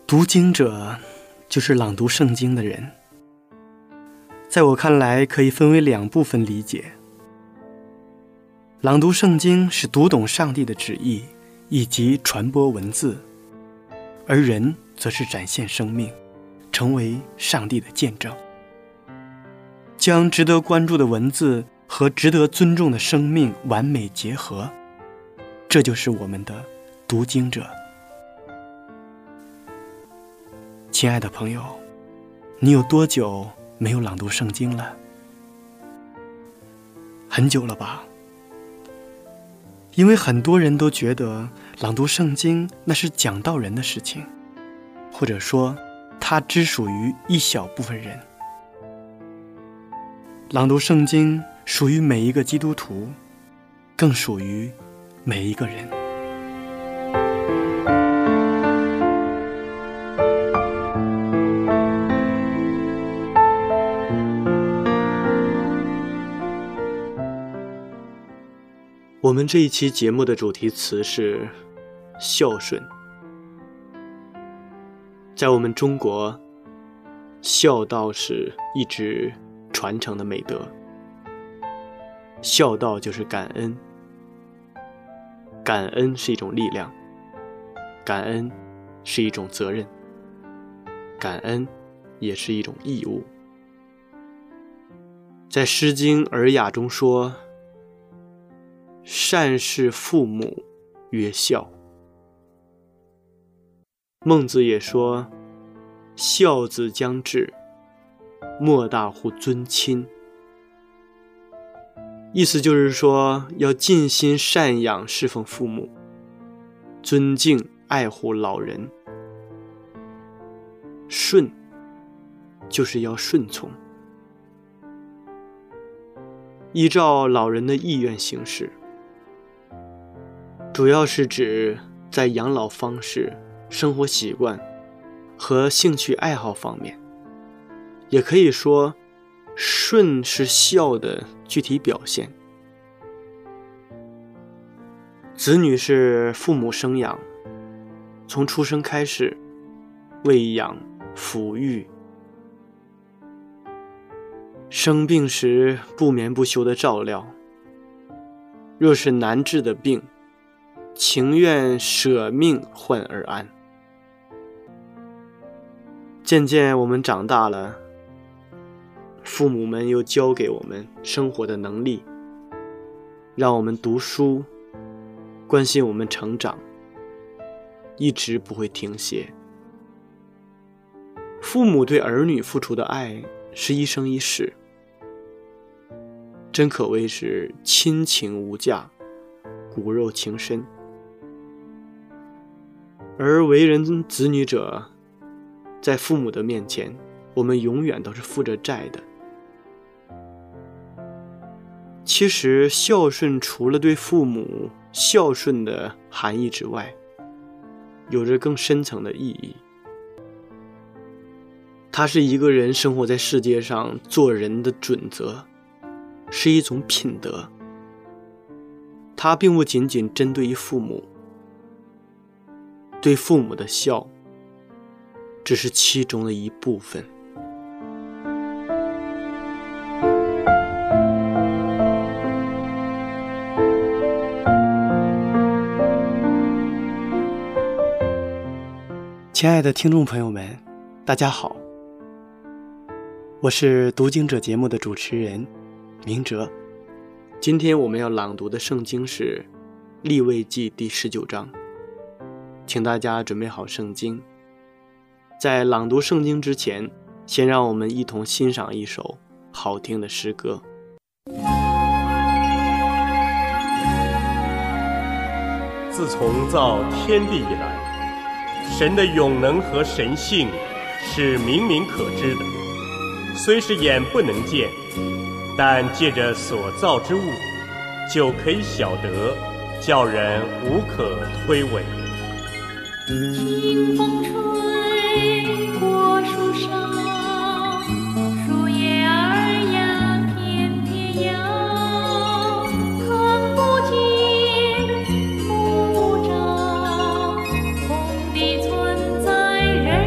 读经者就是朗读圣经的人。在我看来，可以分为2部分理解。朗读圣经是读懂上帝的旨意以及传播文字，而人则是展现生命，成为上帝的见证，将值得关注的文字和值得尊重的生命完美结合，这就是我们的读经者。亲爱的朋友，你有多久没有朗读圣经了？很久了吧？因为很多人都觉得朗读圣经那是讲道人的事情，或者说它只属于一小部分人。朗读圣经属于每一个基督徒，更属于每一个人。我们这一期节目的主题词是孝顺。在我们中国，孝道是一直传承的美德。孝道就是感恩，感恩是一种力量，感恩是一种责任，感恩也是一种义务。在《诗经·尔雅》中说，善事父母曰孝。孟子也说，孝子将至，莫大乎尊亲。意思就是说，要尽心赡养侍奉父母，尊敬爱护老人。顺就是要顺从，依照老人的意愿行事，主要是指在养老方式、生活习惯和兴趣爱好方面。也可以说，顺是孝的具体表现。子女是父母生养，从出生开始，喂养、抚育，生病时不眠不休的照料，若是难治的病，情愿舍命换而安。渐渐我们长大了，父母们又教给我们生活的能力，让我们读书，关心我们成长，一直不会停歇。父母对儿女付出的爱是一生一世，真可谓是亲情无价，骨肉情深。而为人子女者，在父母的面前，我们永远都是负着债的。其实孝顺除了对父母孝顺的含义之外，有着更深层的意义。它是一个人生活在世界上做人的准则，是一种品德。它并不仅仅针对于父母，对父母的孝只是其中的一部分。亲爱的听众朋友们，大家好，我是读经者节目的主持人明哲。今天我们要朗读的圣经是利未记第19章，请大家准备好圣经。在朗读圣经之前，先让我们一同欣赏一首好听的诗歌。 自从造天地以来，神的永能和神性是明明可知的，虽是眼不能见，但借着所造之物，就可以晓得，叫人无可推诿。 清风吹过树梢，树叶儿呀翩翩摇，看不见不着，空的存在人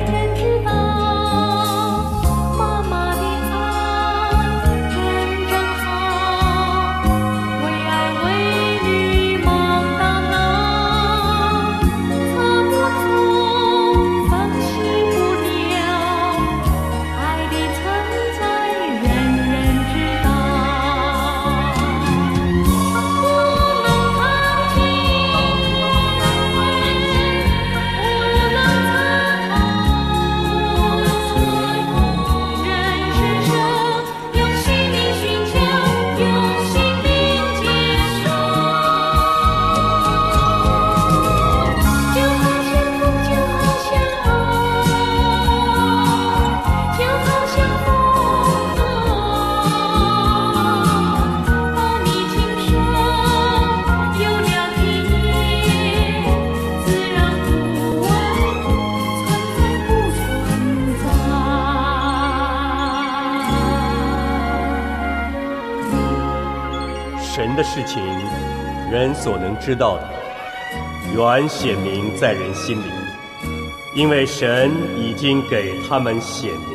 的事情，人所能知道的，原显明在人心里，因为神已经给他们显明。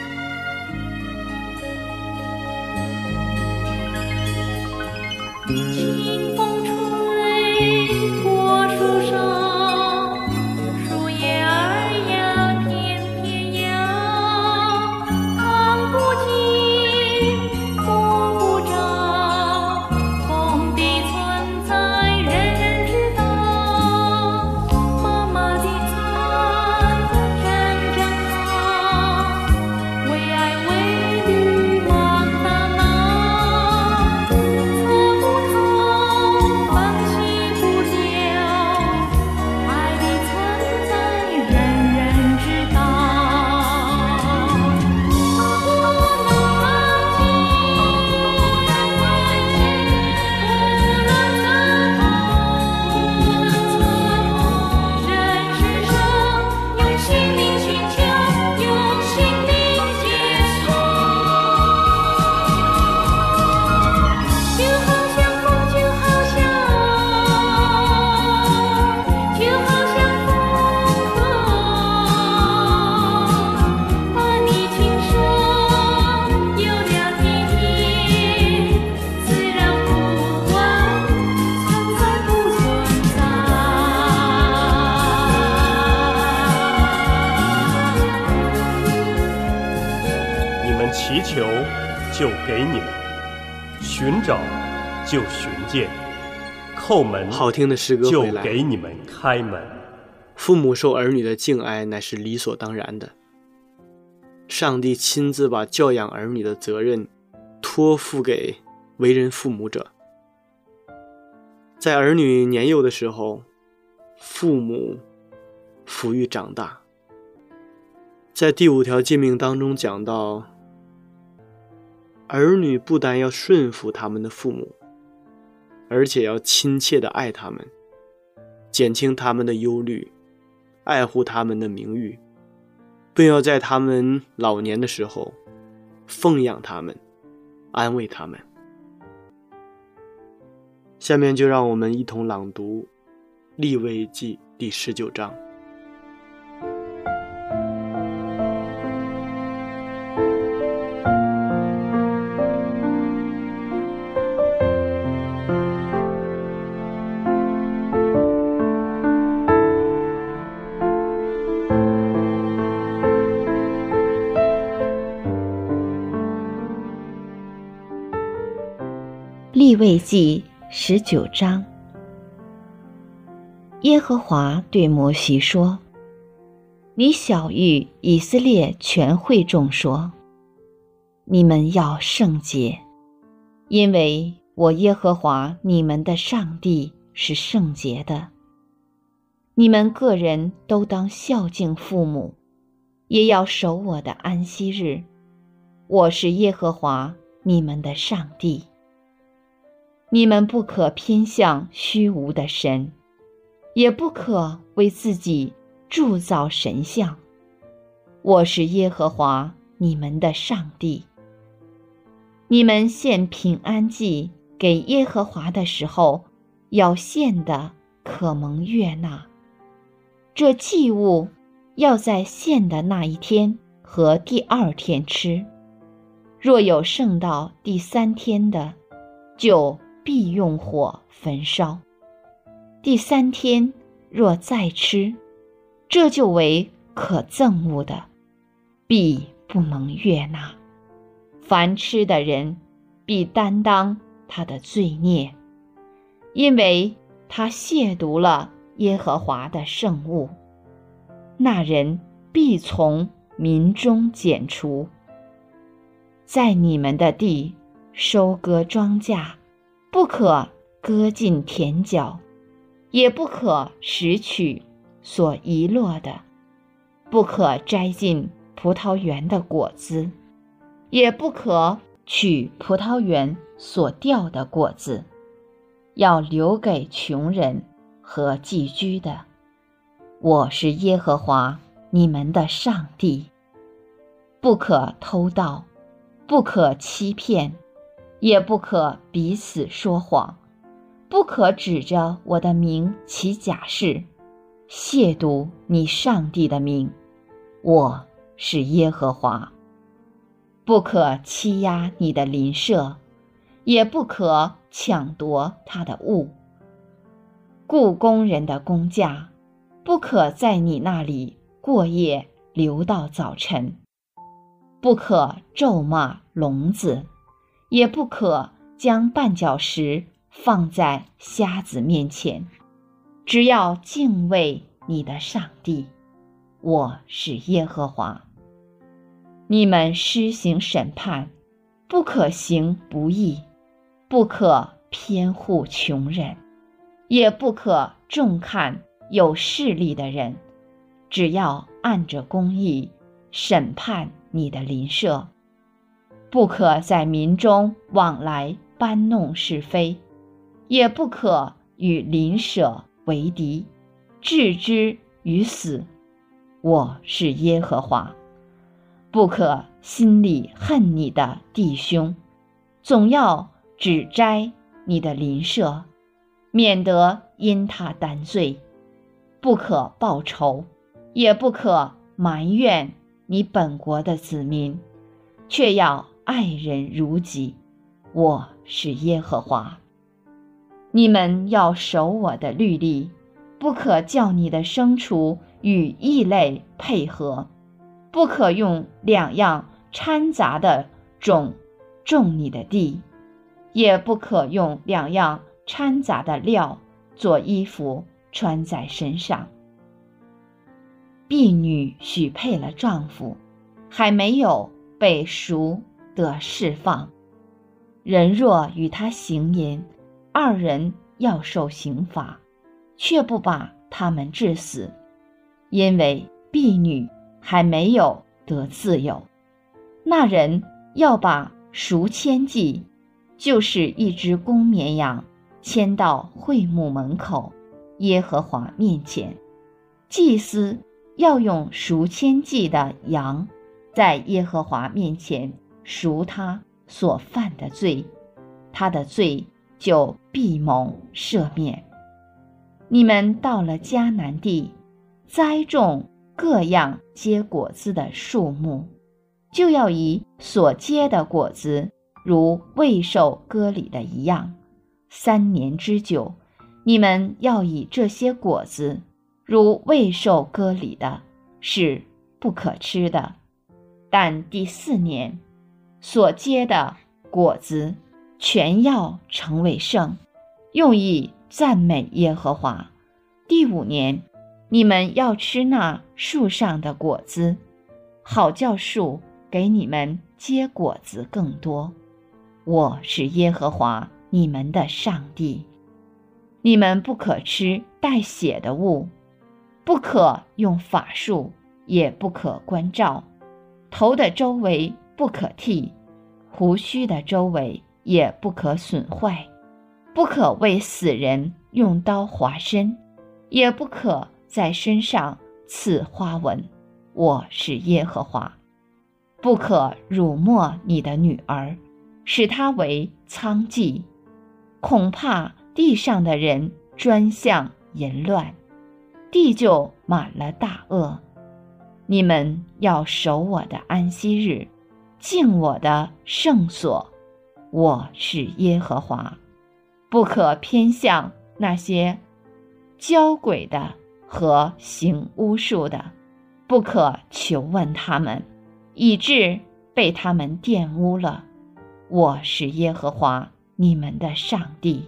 清风吹过树梢，树叶儿呀翩翩摇，看不见摸不着，风的存在人人知道。妈妈的餐真正好，为爱为侣往大闹，错不透，放弃不掉，爱的存在人人知道。人世上用心灵寻求，用心灵接受，就好像风，就好像风和，把你轻声有了体贴，自然不管存在不存在。 你们祈求，就给你们；寻找，就寻见；叩门， 好听的诗歌就回来。 给你们开门。 父母受儿女的敬爱乃是理所当然的。上帝亲自把教养儿女的责任托付给为人父母者。在儿女年幼的时候，父母抚育长大。在第5条诫命当中讲到，儿女不但要顺服他们的父母，而且要亲切地爱他们，减轻他们的忧虑，爱护他们的名誉，并要在他们老年的时候奉养他们，安慰他们。下面就让我们一同朗读利未记第19章。 利未记19章。耶和华对摩西说：你晓谕以色列全会众说，你们要圣洁，因为我耶和华你们的上帝是圣洁的。你们个人都当孝敬父母，也要守我的安息日。我是耶和华你们的上帝。你们不可偏向虚无的神，也不可为自己铸造神像。我是耶和华你们的上帝。你们献平安祭给耶和华的时候，要献的可蒙悦纳。这祭物要在献的那一天和第2天吃，若有剩到第3天的，就必用火焚烧。第3天若再吃，这就为可憎恶的，必不能悦纳。凡吃的人必担当他的罪孽，因为他亵渎了耶和华的圣物。那人必从民中剪除。在你们的地收割庄稼，不可割尽田角，也不可拾取所遗落的，不可摘尽葡萄园的果子，也不可取葡萄园所掉的果子，要留给穷人和寄居的。我是耶和华你们的上帝。不可偷盗，不可欺骗， 也不可彼此说谎，不可指着我的名起假誓，亵渎你上帝的名。我是耶和华。不可欺压你的邻舍，也不可抢夺他的物。雇工人的工价，不可在你那里过夜留到早晨。不可咒骂聋子，也不可将绊脚石放在瞎子面前。只要敬畏你的上帝，我是耶和华。你们施行审判，不可行不义，不可偏护穷人，也不可重看有势力的人，只要按着公义审判你的邻舍。不可在民中往来搬弄是非，也不可与邻舍为敌，置之于死。我是耶和华。不可心里恨你的弟兄，总要指摘你的邻舍，免得因他担罪。不可报仇，也不可埋怨你本国的子民，却要爱人如己。我是耶和华。你们要守我的律例，不可叫你的牲畜与异类配合，不可用两样掺杂的种种你的地，也不可用两样掺杂的料做衣服穿在身上。婢女许配了丈夫，还没有被赎得释放，人若与他行淫，二人要受刑罚，却不把他们治死，因为婢女还没有得自由。那人要把赎愆祭，就是一只公绵羊，牵到会幕门口耶和华面前。祭司要用赎愆祭的羊，在耶和华面前赎他所犯的罪，他的罪就必蒙赦免。你们到了迦南地，栽种各样结果子的树木，就要以所结的果子如未受割礼的一样。3年之久，你们要以这些果子如未受割礼的，是不可吃的。但第4年所结的果子全要成为圣，用以赞美耶和华。第5年，你们要吃那树上的果子，好叫树给你们结果子更多。我是耶和华你们的上帝。你们不可吃带血的物，不可用法术，也不可关照，头的周围不可剃，胡须的周围也不可损坏，不可为死人用刀划身，也不可在身上刺花纹。我是耶和华。不可辱没你的女儿，使她为娼妓，恐怕地上的人专向淫乱，地就满了大恶。你们要守我的安息日，敬我的圣所。我是耶和华。不可偏向那些交鬼的和行巫术的，不可求问他们，以致被他们玷污了。我是耶和华你们的上帝。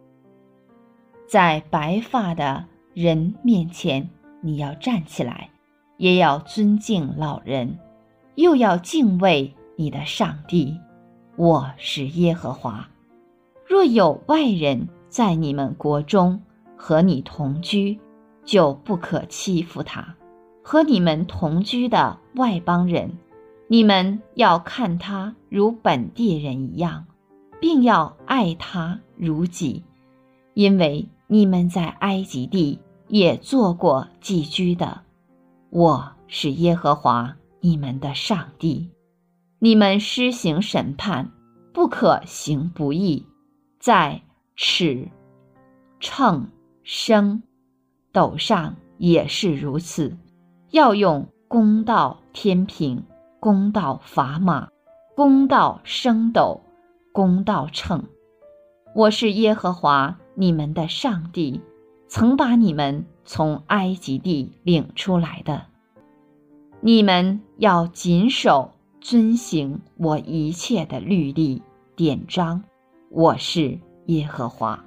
在白发的人面前，你要站起来，也要尊敬老人，又要敬畏你的上帝。我是耶和华。若有外人在你们国中和你同居，就不可欺负他。和你们同居的外邦人，你们要看他如本地人一样，并要爱他如己，因为你们在埃及地也做过寄居的。我是耶和华你们的上帝。你们施行审判， 不可行不义，在尺、秤、升、斗上也是如此，要用公道天平、公道砝码、公道升斗、公道秤。我是耶和华你们的上帝，曾把你们从埃及地领出来的。你们要谨守遵行我一切的律例典章，我是耶和华。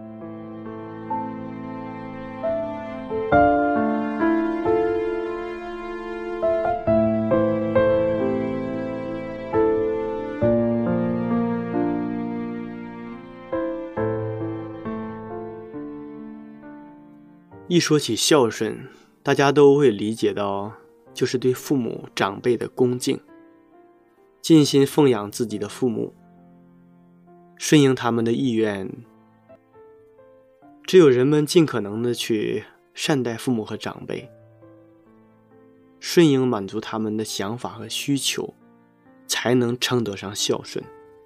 一说起孝顺，大家都会理解到，就是对父母长辈的恭敬，尽心奉养自己的父母，顺应他们的意愿。只有人们尽可能的去善待父母和长辈，顺应满足他们的想法和需求，才能称得上孝顺。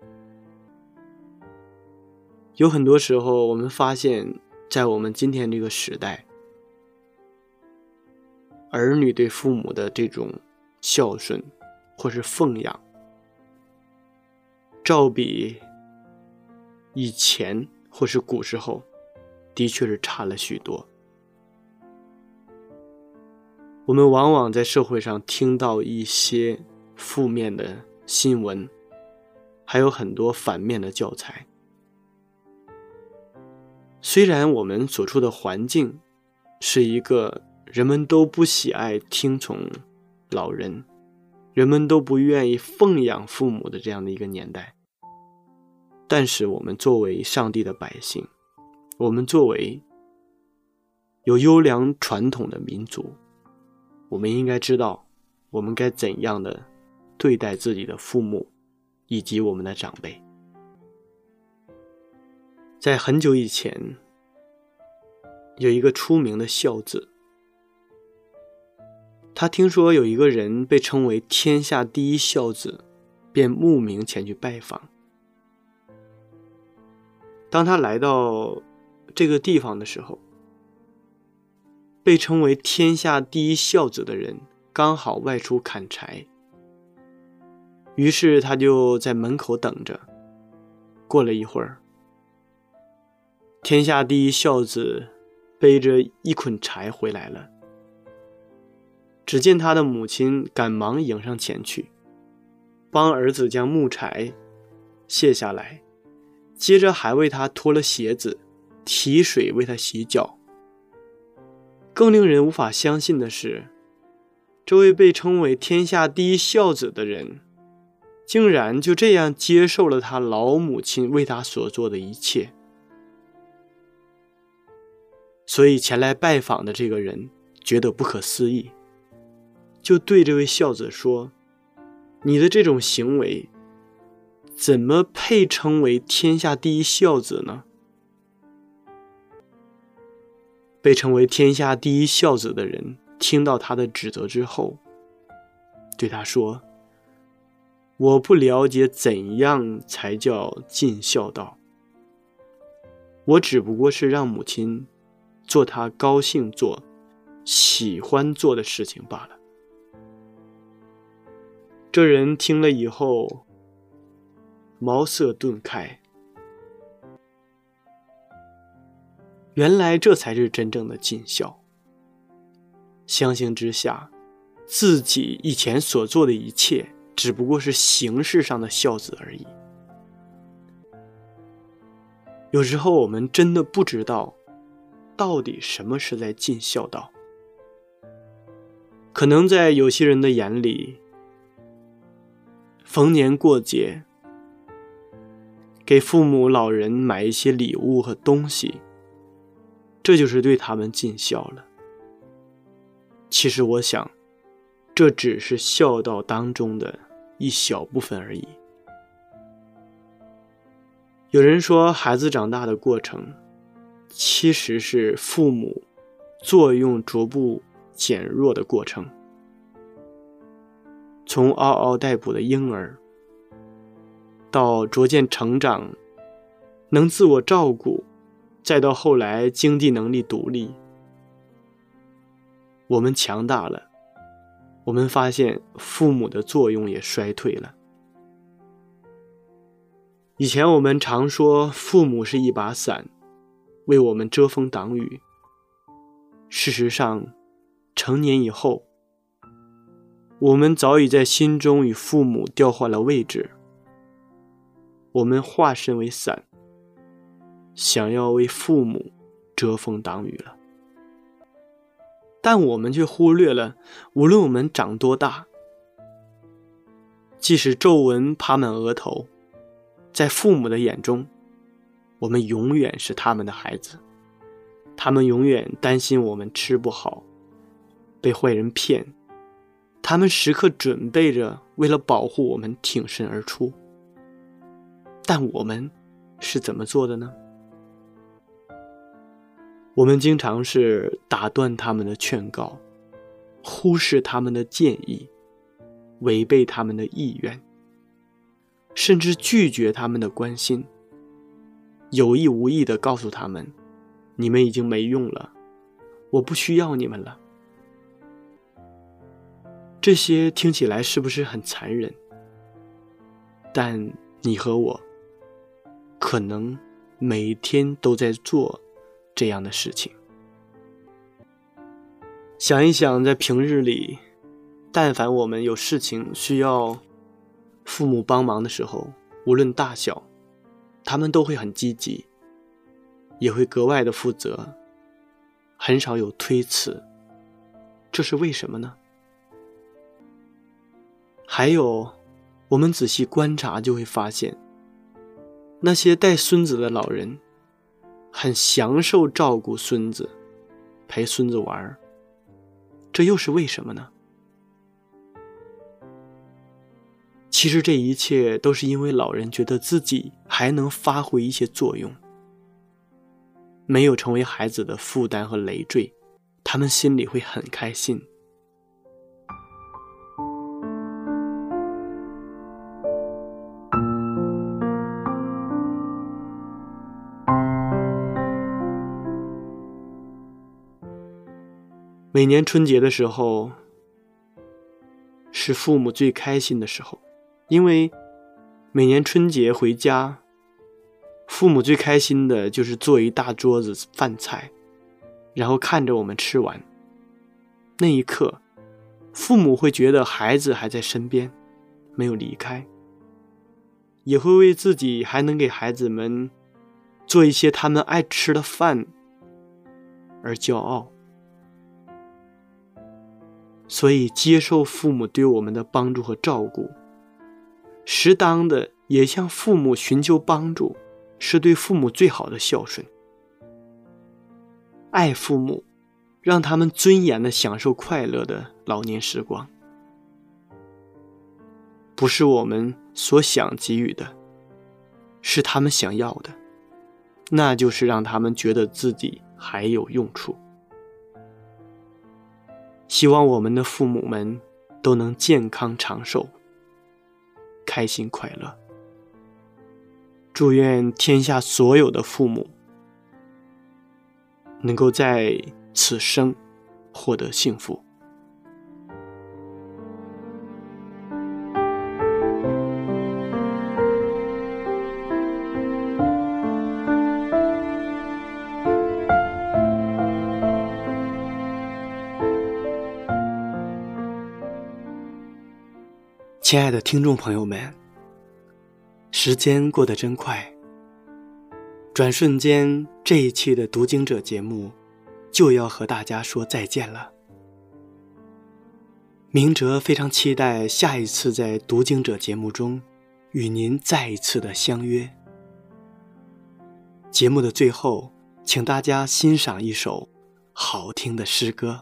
有很多时候，我们发现在我们今天这个时代，儿女对父母的这种孝顺或是奉养，照比以前或是古时候的确是差了许多。我们往往在社会上听到一些负面的新闻，还有很多反面的教材。虽然我们所处的环境是一个人们都不喜爱听从老人，人们都不愿意奉养父母的这样的一个年代，但是我们作为上帝的百姓，我们作为有优良传统的民族，我们应该知道我们该怎样的对待自己的父母以及我们的长辈。在很久以前，有一个出名的孝子，他听说有一个人被称为天下第一孝子，便慕名前去拜访。当他来到这个地方的时候，被称为天下第一孝子的人刚好外出砍柴，于是他就在门口等着。过了一会儿，天下第一孝子背着一捆柴回来了。只见他的母亲赶忙迎上前去，帮儿子将木柴卸下来，接着还为他脱了鞋子，提水为他洗脚。更令人无法相信的是，这位被称为天下第一孝子的人，竟然就这样接受了他老母亲为他所做的一切。所以前来拜访的这个人觉得不可思议，就对这位孝子说，你的这种行为怎么配称为天下第一孝子呢？被称为天下第一孝子的人听到他的指责之后，对他说，我不了解怎样才叫尽孝道，我只不过是让母亲做她高兴做、喜欢做的事情罢了。这人听了以后，茅塞顿开，原来这才是真正的尽孝。相形之下，自己以前所做的一切只不过是形式上的孝子而已。有时候我们真的不知道到底什么是在尽孝道。可能在有些人的眼里，逢年过节给父母老人买一些礼物和东西，这就是对他们尽孝了。其实我想，这只是孝道当中的一小部分而已。有人说，孩子长大的过程其实是父母作用逐步减弱的过程。从嗷嗷待哺的婴儿到逐渐成长，能自我照顾，再到后来经济能力独立，我们强大了，我们发现父母的作用也衰退了。以前我们常说父母是一把伞，为我们遮风挡雨。事实上，成年以后，我们早已在心中与父母调换了位置。我们化身为伞，想要为父母遮风挡雨了。但我们却忽略了，无论我们长多大，即使皱纹爬满额头，在父母的眼中，我们永远是他们的孩子。他们永远担心我们吃不好，被坏人骗。他们时刻准备着为了保护我们挺身而出。但我们是怎么做的呢？我们经常是打断他们的劝告，忽视他们的建议，违背他们的意愿，甚至拒绝他们的关心，有意无意地告诉他们，你们已经没用了，我不需要你们了。这些听起来是不是很残忍？但你和我可能每天都在做这样的事情。想一想，在平日里，但凡我们有事情需要父母帮忙的时候，无论大小，他们都会很积极，也会格外的负责，很少有推辞。这是为什么呢？还有，我们仔细观察就会发现，那些带孙子的老人很享受照顾孙子，陪孙子玩，这又是为什么呢？其实这一切都是因为老人觉得自己还能发挥一些作用，没有成为孩子的负担和累赘，他们心里会很开心。每年春节的时候，是父母最开心的时候，因为每年春节回家，父母最开心的就是做一大桌子饭菜，然后看着我们吃完。那一刻，父母会觉得孩子还在身边，没有离开，也会为自己还能给孩子们做一些他们爱吃的饭而骄傲。所以接受父母对我们的帮助和照顾，适当的也向父母寻求帮助，是对父母最好的孝顺。爱父母，让他们尊严地享受快乐的老年时光，不是我们所想给予的，是他们想要的，那就是让他们觉得自己还有用处。希望我们的父母们都能健康长寿，开心快乐。祝愿天下所有的父母能够在此生获得幸福。亲爱的听众朋友们，时间过得真快，转瞬间这一期的读经者节目就要和大家说再见了。明哲非常期待下一次在读经者节目中与您再一次的相约。节目的最后，请大家欣赏一首好听的诗歌。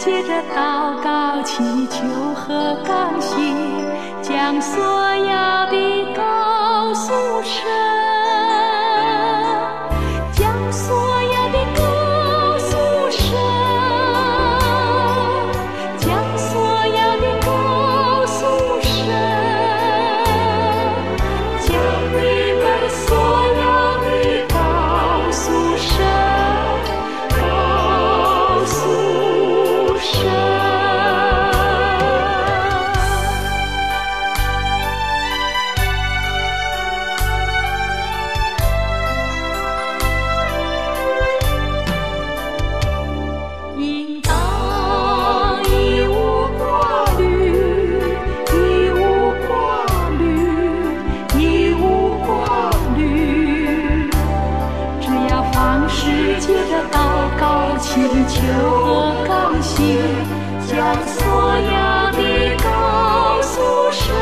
借着祷告、祈求和感谢，将所要的告诉神，将所要的告诉神，将所要的告诉神，将你们所要的告诉神，告诉神。应当一无挂虑，一无挂虑，一无挂虑。只要凡事借着祷告、祈求和感谢，将所要的告诉神，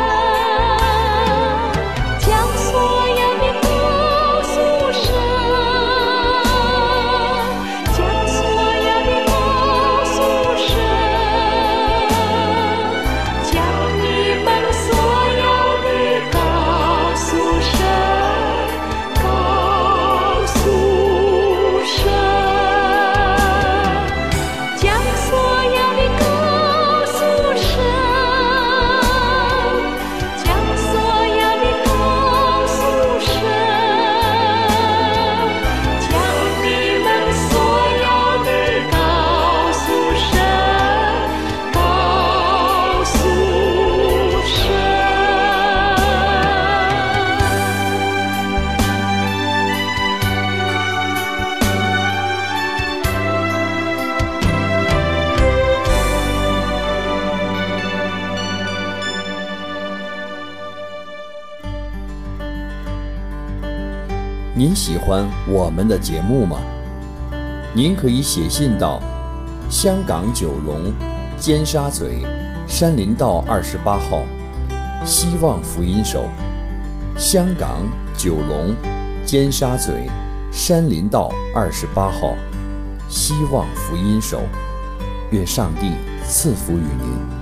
将所要的告诉神，将所要的告诉神，将你们所要的告诉神，告诉神，将所要的告诉神，将所要的告诉神，将你们所要的告诉神，告诉神。 您喜欢我们的节目吗？您可以写信到香港九龙尖沙咀山林道28号，希望福音手。香港九龙尖沙咀山林道28号，希望福音手。愿上帝赐福于您。